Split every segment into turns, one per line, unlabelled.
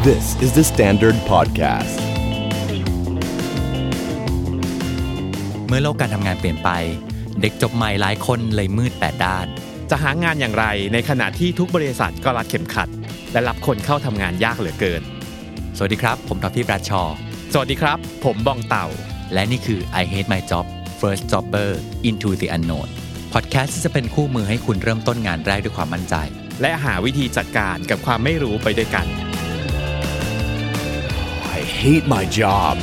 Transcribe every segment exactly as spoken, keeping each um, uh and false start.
This is the Standard Podcast
เมื่อโลกการทำงานเปลี่ยนไปเด็กจบใหม่หลายคนเลยมืดแปดด้าน
จะหางานอย่างไรในขณะที่ทุกบริษัทก็รัดเข็มขัดและรับคนเข้าทำงานยากเหลือเกิน
สวัสดีครับผมท็อปปี้ปราชอ
สวัสดีครับผมบองเต่า
และนี่คือ I Hate My Job First Jobber Into the Unknown พอดแคสต์ที่จะเป็นคู่มือให้คุณเริ่มต้นงานแรกด้วยความมั่นใจ
และหาวิธีจัดการกับความไม่รู้ไปด้วยกัน
I hate my job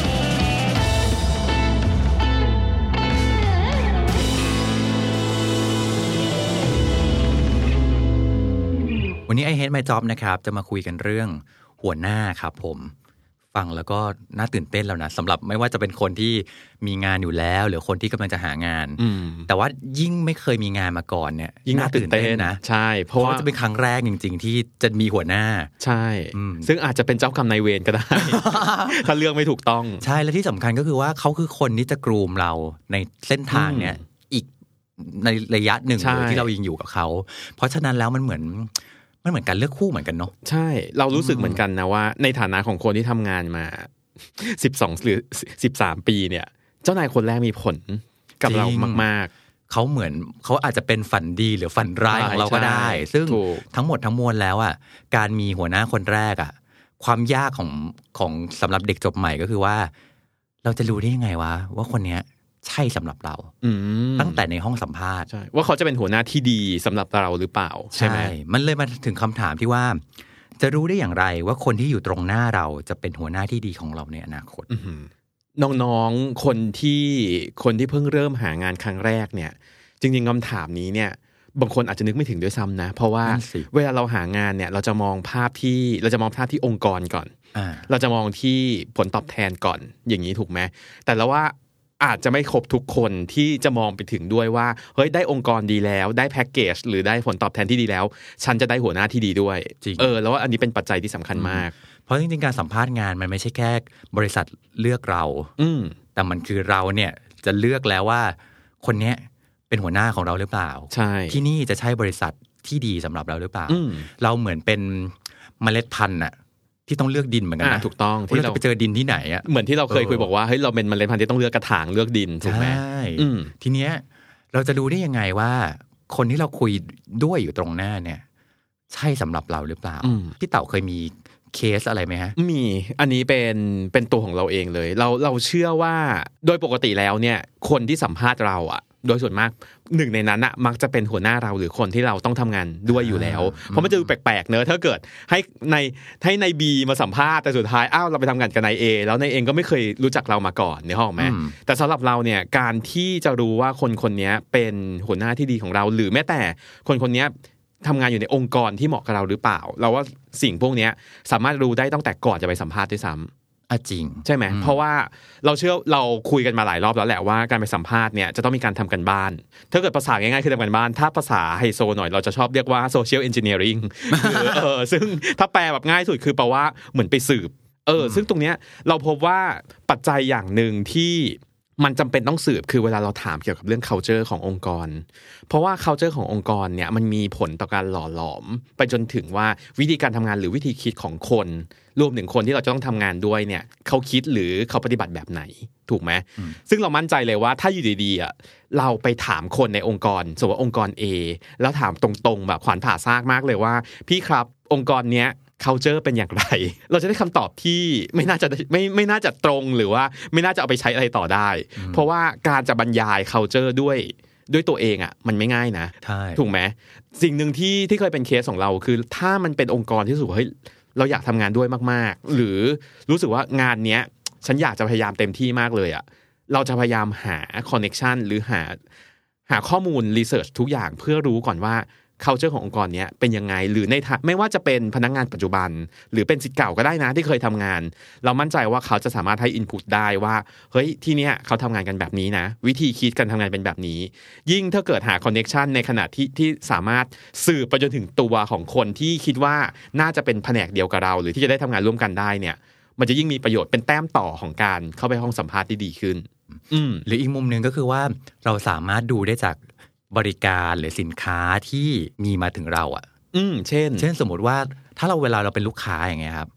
วันนี้ I Hate My Job นะครับจะมาคุยกันเรื่องหัวหน้าครับผมฟังแล้วก็น่าตื่นเต้นแล้วนะสำหรับไม่ว่าจะเป็นคนที่มีงานอยู่แล้วหรือคนที่กำลังจะหางานแต่ว่ายิ่งไม่เคยมีงานมาก่อนเนี่ย
ยิ่งน่าตื่นเต้นนะใช่เพราะว่า
จะเป็นครั้งแรกจริงๆที่จะมีหัวหน้า
ใช่ซึ่งอาจจะเป็นเจ้ากรรมนายเวรก็ได้ ถ้าเลือกไม่ถูกต้อง
ใช่และที่สำคัญก็คือว่าเขาคือคนที่จะกรูมเราในเส้นทางเนี่ยอีกในระยะหนึ่งที่เรายังอยู่กับเขาเพราะฉะนั้นแล้วมันเหมือนมันเหมือนการเลือกคู่เหมือนกันเนาะ
ใช่เรารู้สึกเหมือนกันนะว่าในฐานะของคนที่ทำงานมาสิบสองหรือสิบสามปีเนี่ยเจ้านายคนแรกมีผลกับเรามาก
ๆเขาเหมือนเขาอาจจะเป็นฝันดีหรือฝันร้ายของเราก็ได้ซึ่งทั้งหมดทั้งมวลแล้วอ่ะการมีหัวหน้าคนแรกอ่ะความยากของของสำหรับเด็กจบใหม่ก็คือว่าเราจะรู้ได้ยังไงวะว่าคนเนี้ยใช่สำหรับเราตั้งแต่ในห้องสัมภาษณ์
ว่าเขาจะเป็นหัวหน้าที่ดีสำหรับเราหรือเปล่าใช่ไหม
มันเลยมาถึงคำถามที่ว่าจะรู้ได้อย่างไรว่าคนที่อยู่ตรงหน้าเราจะเป็นหัวหน้าที่ดีของเราในอนาคต
น้องๆคนที่คนที่เพิ่งเริ่มหางานครั้งแรกเนี่ยจริงๆคำถามนี้เนี่ยบางคนอาจจะนึกไม่ถึงด้วยซ้ำนะเพราะว่าเวลาเราหางานเนี่ยเราจะมองภาพที่เราจะมองภาพที่องค์กรก่อนเราจะมองที่ผลตอบแทนก่อนอย่างนี้ถูกไหมแต่แล้วว่าอาจจะไม่ครบทุกคนที่จะมองไปถึงด้วยว่าเฮ้ยได้องค์กรดีแล้วได้แพ็กเกจหรือได้ผลตอบแทนที่ดีแล้วฉันจะได้หัวหน้าที่ดีด้วยเออแล้วว่าอันนี้เป็นปัจจัยที่สำคัญมาก
เพราะจริงๆการสัมภาษณ์งานมันไม่ใช่แค่บริษัทเลือกเราแต่มันคือเราเนี่ยจะเลือกแล้วว่าคนเนี้ยเป็นหัวหน้าของเราหรือเปล่า
ใช่
ที่นี่จะใช่บริษัทที่ดีสำหรับเราหรือเปล่าเราเหมือนเป็นเมล็ดพันธุ์อะที่ต้องเลือกดินเหมือนกันนะ
ถูกต้อง
ที่เราไปเจอดินที่ไหนอ่ะ
เหมือนที่เราเคยคุยบอกว่าเฮ้ยเราเป็นเมล็ดพันธุ์ที่ต้องเลือกกระถางเลือกดินถูกไหม
ใช่ทีเนี้ยเราจะรู้ได้ยังไงว่าคนที่เราคุยด้วยอยู่ตรงหน้าเนี่ยใช่สำหรับเราหรือเปล่าพี่เต่าเคยมีเคสอะไรไหมฮะ
มีอันนี้เป็นเป็นตัวของเราเองเลยเราเราเชื่อว่าโดยปกติแล้วเนี่ยคนที่สัมภาษณ์เราอ่ะโดยส่วนมากหนึ่งในนั้นอะมักจะเป็นหัวหน้าเราหรือคนที่เราต้องทำงานด้วยอยู่แล้วเพราะมันจะดูแปลกๆเนอะถ้าเกิดให้ในให้ใน B มาสัมภาษณ์แต่สุดท้ายอ้าวเราไปทำงานกับนาย A แล้วนาย A ก็ไม่เคยรู้จักเรามาก่อนเนี่ยหรอไหมแต่สำหรับเราเนี่ยการที่จะรู้ว่าคนคนนี้เป็นหัวหน้าที่ดีของเราหรือแม้แต่คนคนนี้ทำงานอยู่ในองค์กรที่เหมาะกับเราหรือเปล่าเราว่าสิ่งพวกนี้สามารถรู้ได้ตั้งแต่ก่อนจะไปสัมภาษณ์ด้วยซ้ำ
อ่ะจริง
ใช่ไหมเพราะว่าเราเชื่อเราคุยกันมาหลายรอบแล้วแหละว่าการไปสัมภาษณ์เนี่ยจะต้องมีการทำกันบ้านถ้าเกิดภาษาง่ายๆคือทำกันบ้านถ้าภาษาไฮโซหน่อยเราจะชอบเรียกว่า social engineering เออซึ่งถ้าแปลแบบง่ายสุดคือแปลว่าเหมือนไปสืบเออซึ่งตรงเนี้ยเราพบว่าปัจจัยอย่างหนึ่งที่มันจำเป็นต้องสืบคือเวลาเราถามเกี่ยวกับเรื่อง culture ขององค์กรเพราะว่า culture ขององค์กรเนี่ยมันมีผลต่อการหล่อหลอมไปจนถึงว่าวิธีการทำงานหรือวิธีคิดของคนรวมถึงคนที่เราจะต้องทำงานด้วยเนี่ยเขาคิดหรือเขาปฏิบัติแบบไหนถูกไหมซึ่งเรามั่นใจเลยว่าถ้าอยู่ดีๆอ่ะเราไปถามคนในองค์กรสมมติว่าองค์กร A แล้วถามตรงๆแบบขวานผ่าซากมากเลยว่าพี่ครับองค์กรเนี้ยculture เป็นอย่างไรเราจะได้คำตอบที่ไม่น่าจะไม่ไม่น่าจะตรงหรือว่าไม่น่าจะเอาไปใช้อะไรต่อได้เพราะว่าการจะบรรยาย culture ด้วยด้วยตัวเองอ่ะมันไม่ง่ายนะถูกไหมสิ่งหนึ่งที่ที่เคยเป็นเคสของเราคือถ้ามันเป็นองค์กรที่รู้สึกว่าเฮ้ยเราอยากทำงานด้วยมากๆหรือรู้สึกว่างานเนี้ยฉันอยากจะพยายามเต็มที่มากเลยอ่ะเราจะพยายามหา connection หรือหาหาข้อมูล research ทุกอย่างเพื่อรู้ก่อนว่าculture ขององค์กรเนี้ยเป็นยังไงหรือในไม่ว่าจะเป็นพนักงานปัจจุบันหรือเป็นศิษย์เก่าก็ได้นะที่เคยทำงานเรามั่นใจว่าเขาจะสามารถให้ input ได้ว่าเฮ้ยที่เนี้ยเขาทำงานกันแบบนี้นะวิธีคิดการทำงานเป็นแบบนี้ยิ่งถ้าเกิดหา connection ในขณะที่ที่สามารถสืบไปจนถึงตัวของคนที่คิดว่าน่าจะเป็นแผนกเดียวกับเราหรือที่จะได้ทำงานร่วมกันได้เนี่ยมันจะยิ่งมีประโยชน์เป็นแต้มต่อของการเข้าไปห้องสัมภาษณ์ที่ดีขึ้น
หรืออีกมุมนึงก็คือว่าเราสามารถดูได้จากบริการหรือสินค้าที่มีมาถึงเราอ่ะ
อืมเช่น
เช่นสมมติว่าถ้าเราเวลาเราเป็นลูกค้าอย่างเงี้ยครับ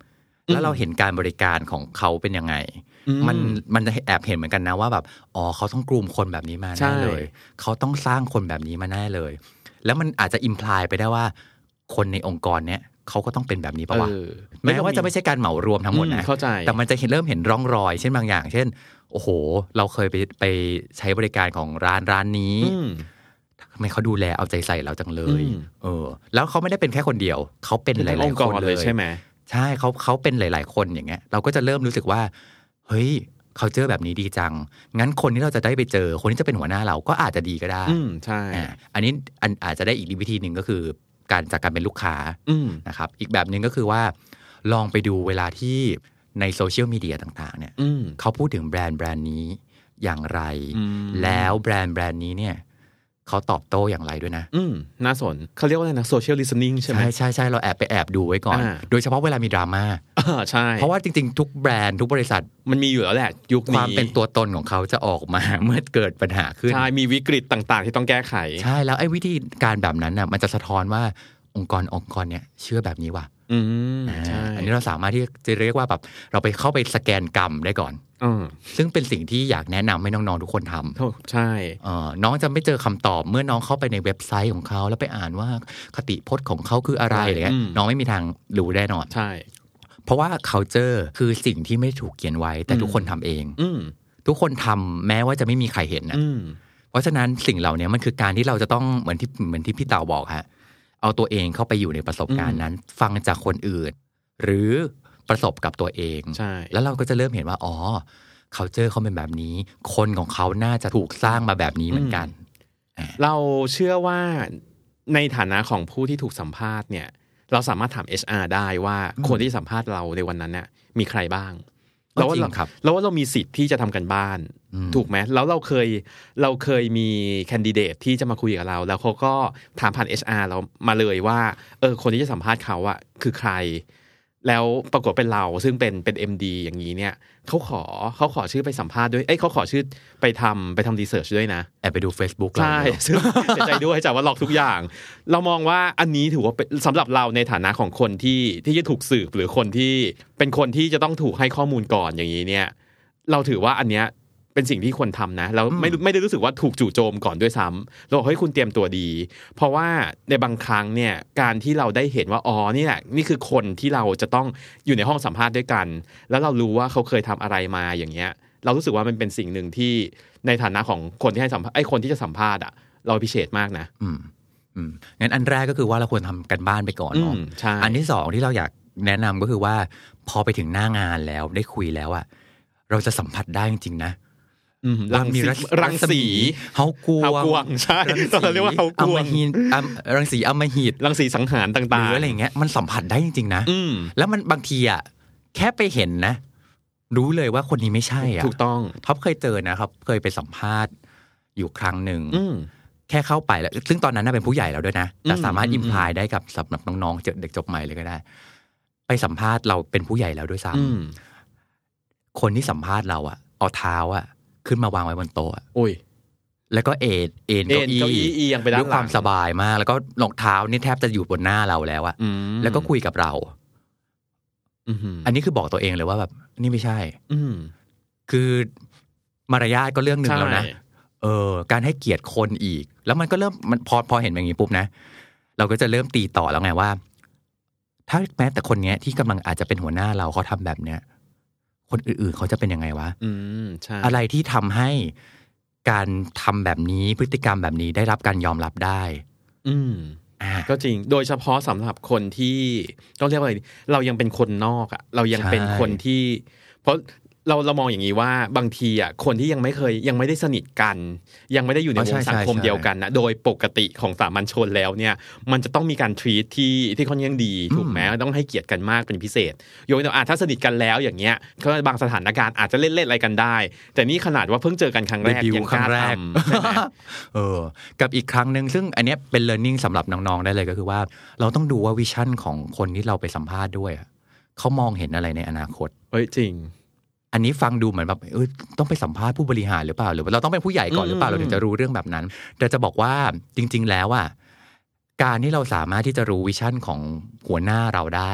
แล้วเราเห็นการบริการของเขาเป็นยังไงมันมันจะแอบเห็นเหมือนกันนะว่าแบบอ๋อเขาต้องกลุ่มคนแบบนี้มาแน่เลยเขาต้องสร้างคนแบบนี้มาแน่เลยแล้วมันอาจจะอิมพลายไปได้ว่าคนในองค์กรเนี้ยเขาก็ต้องเป็นแบบนี้ป่ะวะแม้ว่าจะไม่ใช่การเหมารวมทั้งหมดนะแต่มันจะเห็นเริ่มเห็นร่องรอยเช่นบางอย่างเช่นโอ้โหเราเคยไปไปใช้บริการของร้านร้านนี้ทำไมเขาดูแลเอาใจใส่เราจังเลยเออแล้วเขาไม่ได้เป็นแค่คนเดียวเขาเป็นหลายๆคนเลยใช่ไหมใช่เขาเขาเป็นหลายๆคนอย่างเงี้ยเราก็จะเริ่มรู้สึกว่าเฮ้ยเขาเจอแบบนี้ดีจังงั้นคนที่เราจะได้ไปเจอคนที่จะเป็นหัวหน้าเราก็อาจจะดีก็ได้
อืมใช่
อันนี้อันอาจจะได้อีกวิธีหนึ่งก็คือการจากการเป็นลูกค้านะครับอีกแบบหนึ่งก็คือว่าลองไปดูเวลาที่ในโซเชียลมีเดียต่างๆเนี่ยเขาพูดถึงแบรนด์แบรนด์นี้อย่างไรแล้วแบรนด์แบรนด์นี้เนี่ยเขาตอบโต้อย่างไรด้วยนะ
อืมน่าสนเขาเรียกว่าอะไรนะโซเชียลลิสติ้งใช่ไหม
ใช่ใช่ใช่เราแอบไปแอบดูไว้ก่อนโดยเฉพาะเวลามีดราม่า
ใช่
เพราะว่าจริงๆทุกแบรนด์ทุกบริษัท
มันมีอยู่แล้วแหละยุคนี้
ความเป็นตัวตนของเขาจะออกมาเมื่อเกิดปัญหาขึ้น
ใช่มีวิกฤตต่างๆที่ต้องแก้ไข
ใช่แล้วไอ้วิธีการแบบนั้นน่ะมันจะสะท้อนว่าองค์กรองค์กรเนี่ยเชื่อแบบนี้ว่ะ
อืมใช่
อันนี้เราสามารถที่จะเรียกว่าแบบเราไปเข้าไปสแกนกรรมได้ก่อนซึ่งเป็นสิ่งที่อยากแนะนำให้น้องๆทุกคนท
ำใช่
น้องจะไม่เจอคำตอบเมื่อน้องเข้าไปในเว็บไซต์ของเขาแล้วไปอ่านว่าคติพจน์ของเขาคืออะไรอะไรเงี้ยน้องไม่มีทางรู้แน่นอน
ใช่
เพราะว่า culture คือสิ่งที่ไม่ถูกเขียนไว้แต่ทุกคนทำเองทุกคนทำแม้ว่าจะไม่มีใครเห็นนะเพราะฉะนั้นสิ่งเหล่านี้มันคือการที่เราจะต้องเหมือนที่เหมือนที่พี่เต่าบอกฮะเอาตัวเองเข้าไปอยู่ในประสบการณ์นั้นฟังจากคนอื่นหรือประสบกับตัวเองแล้วเราก็จะเริ่มเห็นว่าอ๋อ culture เขาเป็นแบบนี้คนของเขาน่าจะถูกสร้างมาแบบนี้เหมือนกัน
เราเชื่อว่าในฐานะของผู้ที่ถูกสัมภาษณ์เนี่ยเราสามารถถาม เอช อาร์ ได้ว่าคนที่สัมภาษณ์เราในวันนั้นเนี่ยมีใครบ้างแล้วว่าเราแล้วว่าเรามีสิทธิ์ที่จะทำกันบ้านถูกไหมแล้วเราเคยเราเคยมีแคนดิเดตที่จะมาคุยกับเราแล้วเขาก็ถามผ่าน เอช อาร์ เรามาเลยว่าเออคนที่จะสัมภาษณ์เขาอะคือใครแล้วปรากฏเป็นเราซึ่งเป็นเป็น เอ็ม ดี อย่างนี้เนี่ยเขาขอเขาขอชื่อไปสัมภาษณ์ด้วยเอ้ยเขาขอชื่อไปทำไปทำรีเสิร์ชด้วยนะ
แอบไปดู Facebook
ใช่ซึ่งเสียใจด้วยจากว่าหลอกทุกอย่างเรามองว่าอันนี้ถือว่าเป็นสำหรับเราในฐานะของคนที่ที่จะถูกสืบหรือคนที่เป็นคนที่จะต้องถูกให้ข้อมูลก่อนอย่างนี้เนี่ยเราถือว่าอันเนี้ยเป็นสิ่งที่ควรทำนะเราไม่ไม่ได้รู้สึกว่าถูกจู่โจมก่อนด้วยซ้ำเราบอกให้คุณเตรียมตัวดีเพราะว่าในบางครั้งเนี่ยการที่เราได้เห็นว่าอ๋อนี่แหละนี่คือคนที่เราจะต้องอยู่ในห้องสัมภาษณ์ด้วยกันแล้วเรารู้ว่าเขาเคยทำอะไรมาอย่างเงี้ยเรารู้สึกว่ามันเป็นสิ่งหนึ่งที่ในฐานะของคนที่ให้สัมภาษณ์ไอ้คนที่จะสัมภาษณ์อ่ะเราพิเศษมากนะ
อืมอืมงั้นอันแรกก็คือว่าเราควรทำกันบ้านไปก่อนเนาะอันที่สองที่เราอยากแนะนำก็คือว่าพอไปถึงหน้างานแล้วได้คุยแล้วอะเราจะสัมผัสได้จริงๆนะ
รังสีรังสี
เฮากวงเฮากว
งใช่เราเรียกว่าเฮากวง
รังสีอำมหิต
รังสีสังหารต่างๆ
หรืออะไรเงี้ยมันสัมผัสได้จริงๆนะแล้วมันบางทีอ่ะแค่ไปเห็นนะรู้เลยว่าคนนี้ไม่ใช่อ่ะ
ถูกต้อง
ท็อปเคยเจอนะครับเคยไปสัมภาษณ์อยู่ครั้งหนึ่งแค่เข้าไปแล้วซึ่งตอนนั้นน่าเป็นผู้ใหญ่แล้วด้วยนะแต่สามารถอิมพลายได้กับสำหรับน้องๆเด็กจบใหม่เลยก็ได้ไปสัมภาษณ์เราเป็นผู้ใหญ่แล้วด้วยซ้ำคนที่สัมภาษณ์เราอ่ะเอาเท้าอ่ะขึ้นมาวางไว้บนโต๊ะ
โอ้ย
แล้วก็เอ็นเอ็นเก้าอี้
เอียงไปด้านหลัง
ด้วยความสบายมากแล้วก็รองเท้านี่แทบจะอยู่บนหน้าเราแล้วอะแล้วก็คุยกับเราอันนี้คือบอกตัวเองเลยว่าแบบนี่ไม่ใช่คือมารยาทก็เรื่องนึงแล้วนะเออการให้เกียรติคนอีกแล้วมันก็เริ่มมันพอพอเห็นอย่างนี้ปุ๊บนะเราก็จะเริ่มตีต่อแล้วไงว่าถ้าแม้แต่คนเนี้ยที่กำลังอาจจะเป็นหัวหน้าเราเขาทำแบบเนี้ยคนอื่นๆเขาจะเป็นยังไงวะ
อืมใช่
อะไรที่ทำให้การทำแบบนี้พฤติกรรมแบบนี้ได้รับการยอมรับได้
อืมอ่าก็จริงโดยเฉพาะสำหรับคนที่ต้องเรียกว่าอะไรเรายังเป็นคนนอกอ่ะเรายังเป็นคนที่เพราะเราเรามองอย่างนี้ว่าบางทีอ่ะคนที่ยังไม่เคยยังไม่ได้สนิทกันยังไม่ได้อยู่ในวงสังคมเดียวกันนะโดยปกติของสามัญชนแล้วเนี่ยมันจะต้องมีการทรีตที่ที่ค่อนข้างดีถูกไหมต้องให้เกียรติกันมากเป็นพิเศษยกตัวอย่างถ้าสนิทกันแล้วอย่างเงี้ยก็บางสถานการณ์อาจจะเล่นเล่นอะไรกันได้แต่นี่ขนาดว่าเพิ่งเจอกันครั้งแรก
ยังกล้าทำใช่ไหมเออกับอีกครั้งนึงซึ่งอันเนี้ยเป็น learning สำหรับน้องๆได้เลยก็คือว่าเราต้องดูว่าวิชั่นของคนที่เราไปสัมภาษณ์ด้วยเขามองเห็นอะไรในอนาคต
เฮ้ยจริง
อันนี้ฟังดูเหมือนแบบเออต้องไปสัมภาษณ์ผู้บริหารหรือเปล่าหรือเราต้องเป็นผู้ใหญ่ก่อนหรือเปล่าเราถึงจะรู้เรื่องแบบนั้นแต่จะบอกว่าจริงๆแล้วอ่ะการที่เราสามารถที่จะรู้วิชั่นของหัวหน้าเราได้อ่ะ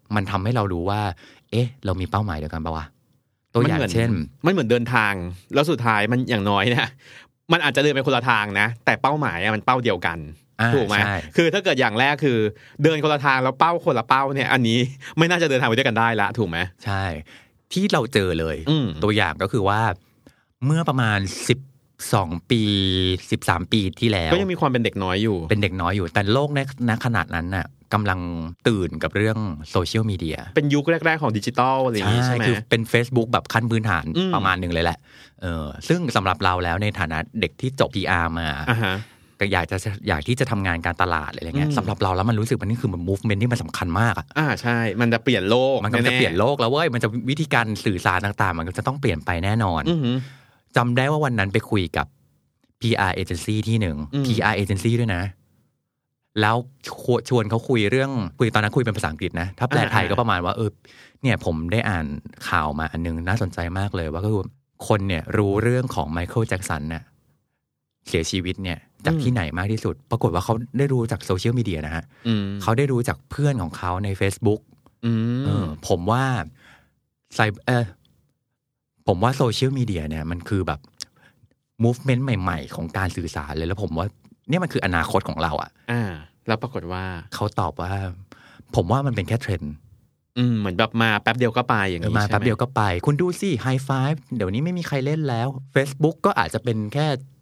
มันทำให้เรารู้ว่าเอ๊ะเรามีเป้าหมายเดียวกันปะวะตัวอย่างเช่น
มันเหมือนเดินทางแล้วสุดท้ายมันอย่างน้อยนะมันอาจจะเดินไปคนละทางนะแต่เป้าหมายมันเป้าเดียวกันถูกไหมคือถ้าเกิดอย่างแรกคือเดินคนละทางแล้วเป้าคนละเป้าเนี่ยอันนี้ไม่น่าจะเดินทางไปด้วยกันได้ละถูกไหม
ใช่ที่เราเจอเลยตัวอย่างก็คือว่าเมื่อประมาณสิบสองปีสิบสามปีที่แล้ว
ก็ยังมีความเป็นเด็กน้อยอยู่
เป็นเด็กน้อยอยู่แต่โลกในณขนาดนั้นน่ะกำลังตื่นกับเรื่องโซเชียลมีเดีย
เป็นยุคแรกๆของดิจิตอลอะไรอย่างนี้ใช่ไหม
คือเป็น Facebook แบบขั้นพื้นฐานประมาณหนึ่งเลยแหละเออซึ่งสำหรับเราแล้วในฐานะเด็กที่จบ พี อาร์ มาก็อยากจะอยากที่จะทำงานการตลาดอะไรเงี้ยสำหรับเราแล้วมันรู้สึกมันนี่คือมัน movement ที่มันสำคัญมากอ่ะ
อ่าใช่มันจะเปลี่ยนโลก
มันก็จะเปลี่ยนโลกแล้วเว้ยมันจะวิธีการสื่อสารต่างๆมันก็จะต้องเปลี่ยนไปแน่นอนจำได้ว่าวันนั้นไปคุยกับ พี อาร์ agency ที่หนึ่ง พี อาร์ agency ด้วยนะแล้วชวนเขาคุยเรื่องคุยตอนนั้นคุยเป็นภาษาอังกฤษนะถ้าแปลไทยก็ประมาณว่าเออเนี่ยผมได้อ่านข่าวมาอันนึงน่าสนใจมากเลยว่าก็คือคนเนี่ยรู้เรื่องของไมเคิลแจ็คสันเนี่ยเสียชีวิตเนี่ยจากที่ไหนมากที่สุดปรากฏว่าเขาได้รู้จากโซเชียลมีเดียนะฮะเขาได้รู้จากเพื่อนของเขาใน Facebook เออผมว่าไซเออผมว่าโซเชียลมีเดียเนี่ยมันคือแบบ movement ใหม่ๆของการสื่อสารเลยแล้วผมว่าเนี่ยมันคืออนาคตของเราอ่ะ
อ่าแล้วปรากฏว่า
เขาตอบว่าผมว่ามันเป็นแค่เทรนด์
อืมเหมือนแบบมาแป๊บเดียวก็ไปอย่างนี้ใช่ไหม
มาแป๊บเดียวก็ไปคุณดูสิไฮไฟว์เดี๋ยวนี้ไม่มีใครเล่นแล้ว Facebook ก็อาจจะเป็นแค่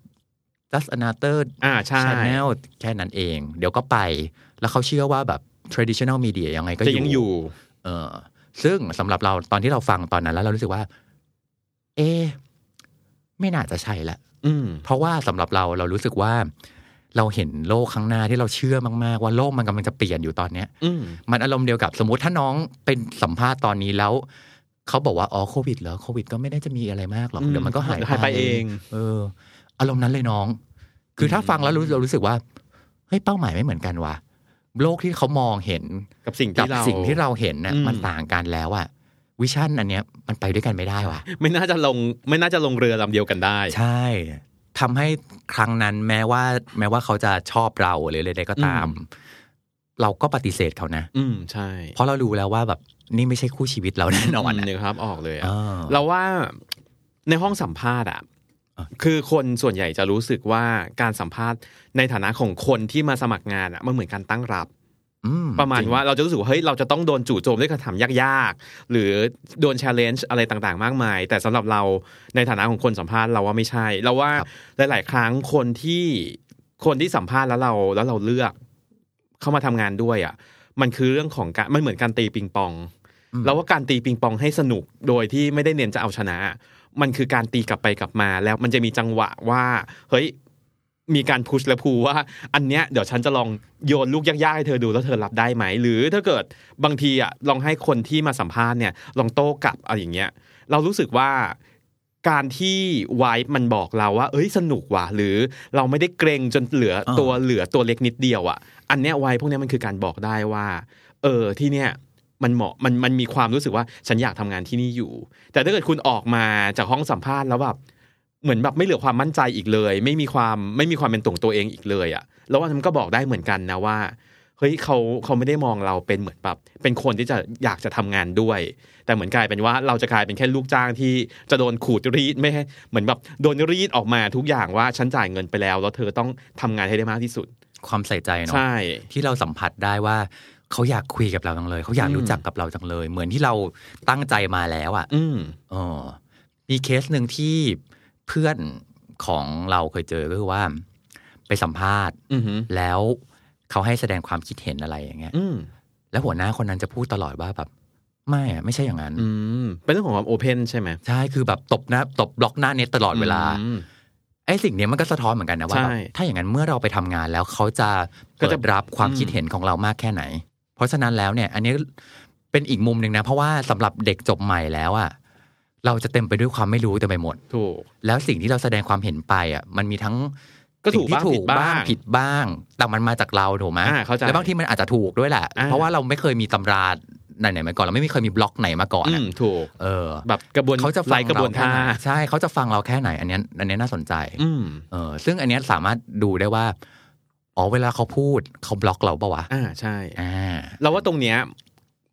just another
อ่าใช่
channel แค่นั้นเองเดี๋ยวก็ไปแล้วเขาเชื่อว่าแบบ traditional media ยังไงก็
ยังอยู่
เออซึ่งสำหรับเราตอนที่เราฟังตอนนั้นแล้วเรารู้สึกว่าเอ๊ไม่น่าจะใช่ละเพราะว่าสำหรับเราเรารู้สึกว่าเราเห็นโลกข้างหน้าที่เราเชื่อมากๆว่าโลกมันกำลังจะเปลี่ยนอยู่ตอนเนี้ยมันอารมณ์เดียวกับสมมุติถ้าน้องเป็นสัมภาษณ์ตอนนี้แล้วเขาบอกว่าอ๋อโควิดเหรอโควิดก็ไม่ได้จะมีอะไรมากหรอกเดี๋ยวมันก็หาย
ไปเอง
เอออารมณ์นั้นเลยน้องคือถ้าฟังแล้วรู้เรารู้สึกว่าเฮ้ยเป้าหมายไม่เหมือนกันว่ะโลกที่เขามองเห็น
กับสิ่งที่เรา
สิ่งที่เราเห็นน่ะมันต่างกันแล้วอะวิชั่นอันเนี้ยมันไปด้วยกันไม่ได้ว่ะ
ไม่น่าจะลงไม่น่าจะลงเรือลำเดียวกันได้
ใช่ทำให้ครั้งนั้นแม้ว่าแม้ว่าเขาจะชอบเราหรืออะไรใดก็ตามเราก็ปฏิเสธเขานะ
อืมใช่
เพราะเรารู้แล้วว่าแบบนี่ไม่ใช่คู่ชีวิตเราแน่นอน
นะครับออกเลยเราว่าในห้องสัมภาษณ์อ่ะคือคนส่วนใหญ่จะรู้สึกว่าการสัมภาษณ์ในฐานะของคนที่มาสมัครงานอ่ะมันเหมือนการตั้งรับประมาณว่าเราจะรู้สึกว่าเฮ้ยเราจะต้องโดนจู่โจมด้วยคำถามยากๆหรือโดน challenge อะไรต่างๆมากมายแต่สำหรับเราในฐานะของคนสัมภาษณ์เราว่าไม่ใช่เราว่าหลายๆครั้งคนที่คนที่สัมภาษณ์แล้วเราแล้วเราเลือกเข้ามาทำงานด้วยอ่ะมันคือเรื่องของการมันเหมือนการตีปิงปองเราว่าการตีปิงปองให้สนุกโดยที่ไม่ได้เน้นจะเอาชนะมันคือการตีกลับไปกลับมาแล้วมันจะมีจังหวะว่าเฮ้ยมีการพุชและพูว่าอันเนี้ยเดี๋ยวฉันจะลองโยนลูกยากๆให้เธอดูแล้วเธอรับได้ไหมหรือถ้าเกิดบางทีอ่ะลองให้คนที่มาสัมภาษณ์เนี่ยลองโต้กลับอะไรอย่างเงี้ยเรารู้สึกว่าการที่ไวท์มันบอกเราว่าเอ้ยสนุกว่ะหรือเราไม่ได้เกรงจนเหลือตัวเหลือตัวเล็กนิดเดียวอ่ะอันเนี้ยไวท์พวกนี้มันคือการบอกได้ว่าเออที่เนี้ยมันเหมาะมันมันมีความรู้สึกว่าฉันอยากทำงานที่นี่อยู่แต่ถ้าเกิดคุณออกมาจากห้องสัมภาษณ์แล้วแบบเหมือนแบบไม่เหลือความมั่นใจอีกเลยไม่มีความไม่มีความเป็นตัวตัวเองอีกเลยอ่ะแล้วว่ามันก็บอกได้เหมือนกันนะว่าเฮ้ยเขาเขาไม่ได้มองเราเป็นเหมือนแบบเป็นคนที่จะอยากจะทำงานด้วยแต่เหมือนกลายเป็นว่าเราจะกลายเป็นแค่ลูกจ้างที่จะโดนขูดรีดไม่ให้เหมือนแบบโดนรีดออกมาทุกอย่างว่าฉันจ่ายเงินไปแล้วแล้วเธอต้องทำงานให้ได้มากที่สุด
ความใส่ใจเนาะ
ใช่
ที่เราสัมผัสได้ว่าเขาอยากคุยกับเราจังเลยเขาอยากรู้จักกับเราจังเลยเหมือนที่เราตั้งใจมาแล้วอ่ะ
อืม
อ๋อมีเคสหนึ่งที่เพื่อนของเราเคยเจอก็คือว่าไปสัมภาษณ์แล้วเขาให้แสดงความคิดเห็นอะไรอย่างเงี้ยแล้วหัวหน้าคนนั้นจะพูดตลอดว่าแบบไม่อะไม่ใช่อย่างนั้น
เป็นเรื่องของความโอเพนใช่ไหม
ใช่คือแบบตบหน้าตบบล็อกหน้าเน็ตตลอดเวลาไอ้สิ่งนี้มันก็สะท้อนเหมือนกันนะว่าถ้าอย่างนั้นเมื่อเราไปทำงานแล้วเขาจะเปิดรับความคิดเห็นของเรามากแค่ไหนเพราะฉะนั้นแล้วเนี่ยอันนี้เป็นอีกมุมนึงนะเพราะว่าสำหรับเด็กจบใหม่แล้วอ่ะเราจะเต็มไปด้วยความไม่รู้เต็มไปหมด
ถูก
แล้วสิ่งที่เราแสดงความเห็นไปอ่ะมันมีทั้ง
ก็ถูกบ้างผิดบ้าง
ผิดบ้างแต่มันมาจากเราถูกไหมแล้วบางทีมันอาจจะถูกด้วยแหละเพราะว่าเราไม่เคยมีตำราไหนๆมาก่อนเราไม่เคยมีบล็อกไหนมาก่อน
ถูก
เออ
แบบกระบวน
เขาจะฟัง
กระบวนท่า
ใช่เขาจะฟังเราแค่ไหนอันนี้อันนี้น่าสนใจเออซึ่งอันนี้สามารถดูได้ว่าอ๋อเวลาเขาพูดเขาบล็อกเราปะวะ
อ่าใช่
อ่า
เราว่าตรงเนี้ย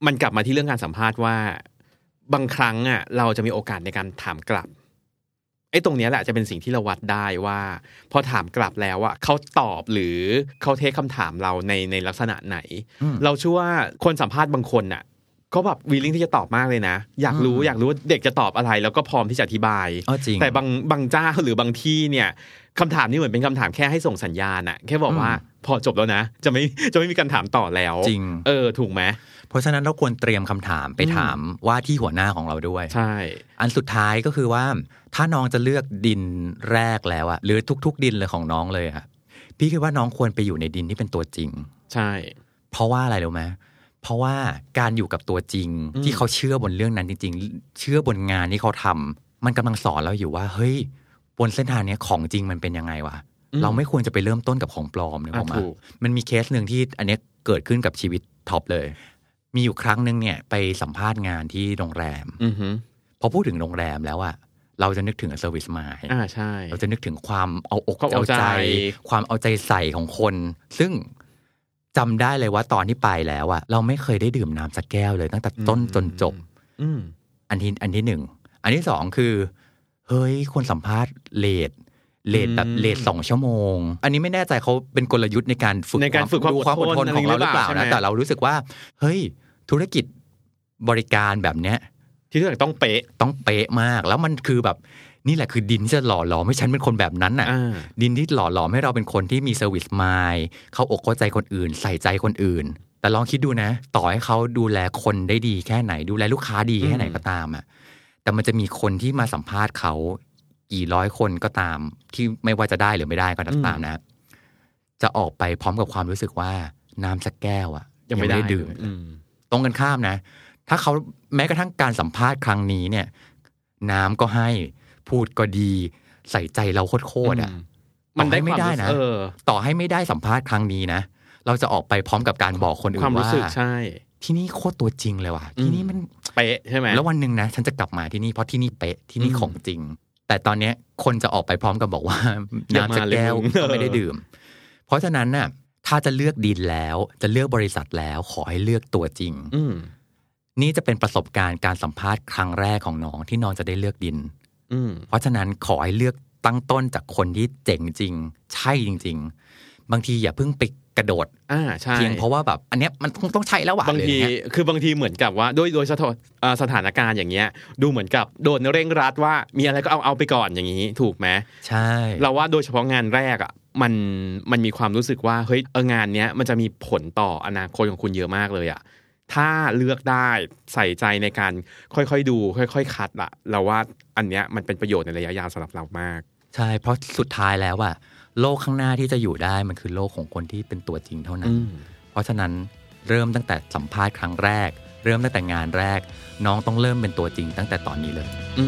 มันกลับมาที่เรื่องการสัมภาษณ์ว่าบางครั้งอ่ะเราจะมีโอกาสในการถามกลับไอ้ตรงนี้แหละจะเป็นสิ่งที่เราวัดได้ว่าพอถามกลับแล้วอ่ะเขาตอบหรือเขาเทคคำถามเราในในลักษณะไหนเราเชื่อว่าคนสัมภาษณ์บางคนอ่ะก็แบบวิลลิ่งที่จะตอบมากเลยนะอยากรู้อยากรู้เด็กจะตอบอะไรแล้วก็พร้อมที่จะอธิบายแต่บางบางเจ้าหรือบางที่เนี่ยคำถามนี่เหมือนเป็นคำถามแค่ให้ส่งสัญญาณอะแค่บอกว่าพอจบแล้วนะจะไม่จะไม่มีการถามต่อแล้ว
จริง
เออถูกไหม
เพราะฉะนั้นเราควรเตรียมคำถามไปถามว่าที่หัวหน้าของเราด้วย
ใช่
อันสุดท้ายก็คือว่าถ้าน้องจะเลือกดินแรกแล้วอะหรือทุกๆดินเลยของน้องเลยอะพี่คิดว่าน้องควรไปอยู่ในดินที่เป็นตัวจริง
ใช่
เพราะว่าอะไรรู้ไหมเพราะว่าการอยู่กับตัวจริงที่เขาเชื่อบนเรื่องนั้นจริงๆเชื่อบนงานที่เขาทำมันกำลังสอนเราอยู่ว่าเฮ้ยบนเส้นทางนี้ของจริงมันเป็นยังไงวะเราไม่ควรจะไปเริ่มต้นกับของปลอมนึกออกมั้ยมันมีเคสนึงที่อันนี้เกิดขึ้นกับชีวิตท็อปเลยมีอยู่ครั้งนึงเนี่ยไปสัมภาษณ์งานที่โรงแรมพอพูดถึงโรงแรมแล้วอะเราจะนึกถึงเซอร์วิสมาย
อ่าใช่
เราจะนึกถึงความเอาอกเอาใจความเอาใจใส่ของคนซึ่งจำได้เลยว่าตอนที่ไปแล้วอะเราไม่เคยได้ดื่มน้ำสักแก้วเลยตั้งแต่ต้นจนจบอันที่อันที่หนึ่งอันที่สองคือเฮ้ยคนสัมภาษณ์เลทเลทแบบเลทสองชั่วโมงอันนี้ไม่แน่ใจเขาเป็นกลยุทธ์ในการฝึก
ในการฝึกความอดทน
ของเราหรือเปล่านะแต่เรารู้สึกว่าเฮ้ยธุรกิจบริการแบบเนี้ย
ที่ต้องเป๊ะ
ต้องเป๊ะมากแล้วมันคือแบบนี่แหละคือดินที่จะหล่อหลอมให้ฉันเป็นคนแบบนั้นน่ะดินที่หล่อหลอมให้เราเป็นคนที่มีเซอร์วิสมายเข้าอกเข้าใจคนอื่นใส่ใจคนอื่นแต่ลองคิดดูนะต่อให้เขาดูแลคนได้ดีแค่ไหนดูแลลูกค้าดีแค่ไหนก็ตามอ่ะแต่มันจะมีคนที่มาสัมภาษณ์เขากี่ร้อยคนก็ตามที่ไม่ว่าจะได้หรือไม่ได้ก็ตามนะจะออกไปพร้อมกับความรู้สึกว่าน้ำสักแก้วอ่ะยังไม่ได้ดื่มตรงกันข้ามนะถ้าเขาแม้กระทั่งการสัมภาษณ์ครั้งนี้เนี่ยน้ำก็ให้พูดก็ดีใส่ใจเราโคตรๆอ่ะมันได้ไม่ได้นะต่อให้ไม่ได้สัมภาษณ์ครั้งนี้นะเราจะออกไปพร้อมกับการบอกคนอื่นว่าที่นี่โคตรตัวจริงเลยว่ะที่นี่มัน
เป๊ะใช่ไหม
แล้ววันหนึ่งนะฉันจะกลับมาที่นี่เพราะที่นี่เป๊ะที่นี่ของจริงแต่ตอนนี้คนจะออกไปพร้อมกับบอกว่าน้ำสักแก้วก็ไม่ได้ดื่มเพราะฉะนั้นน่ะถ้าจะเลือกดินแล้วจะเลือกบริษัทแล้วขอให้เลือกตัวจริงนี่จะเป็นประสบการณ์การสัมภาษณ์ครั้งแรกของน้องที่น้องจะได้เลือกดินเพราะฉะนั้นขอให้เลือกตั้งต้นจากคนที่เจ๋งจริงใช่จริงๆบางทีอย่าเพิ่งไปกระโดด
อ่าใช่
เพียงเพราะว่าแบบอันเนี้ยมันคงต้องใช้แล้วว่ะ
บางทีคือบางทีเหมือนกับว่าโดยโดยสถานการณ์อย่างเงี้ยดูเหมือนกับโดนเร่งรัดว่ามีอะไรก็เอาเอาไปก่อนอย่างนี้ถูกไหม
ใช่
เราว่าโดยเฉพาะงานแรกอ่ะมันมันมีความรู้สึกว่าเฮ้ยเอองานเนี้ยมันจะมีผลต่ออนาคตของคุณเยอะมากเลยอ่ะถ้าเลือกได้ใส่ใจในการค่อยๆดูค่อยๆคัดละเราว่าอันเนี้ยมันเป็นประโยชน์ในระยะยาวสำหรับเรามาก
ใช่เพราะสุดท้ายแล้วอะโลกข้างหน้าที่จะอยู่ได้มันคือโลกของคนที่เป็นตัวจริงเท่านั้นเพราะฉะนั้นเริ่มตั้งแต่สัมภาษณ์ครั้งแรกเริ่มตั้งแต่งานแรกน้องต้องเริ่มเป็นตัวจริงตั้งแต่ตอนนี้เลย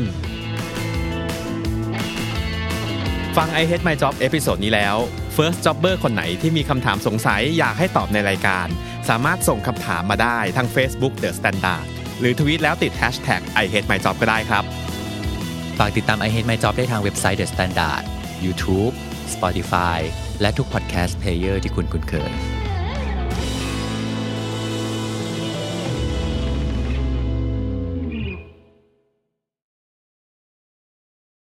ฟัง I Hate My Job เอพิโซดนี้แล้ว First Jobber คนไหนที่มีคำถามสงสัยอยากให้ตอบในรายการสามารถส่งคำถามมาได้ทาง Facebook The Standard หรือทวีตแล้วติด แฮชแท็ก ไอ เฮท ไม จ็อบ ก็ได้ครับ
ฝากติดตาม I Hate My Job ได้ทางเว็บไซต์ The Standard YouTube Spotify และทุก Podcast Player ที่คุณคุ้นเคย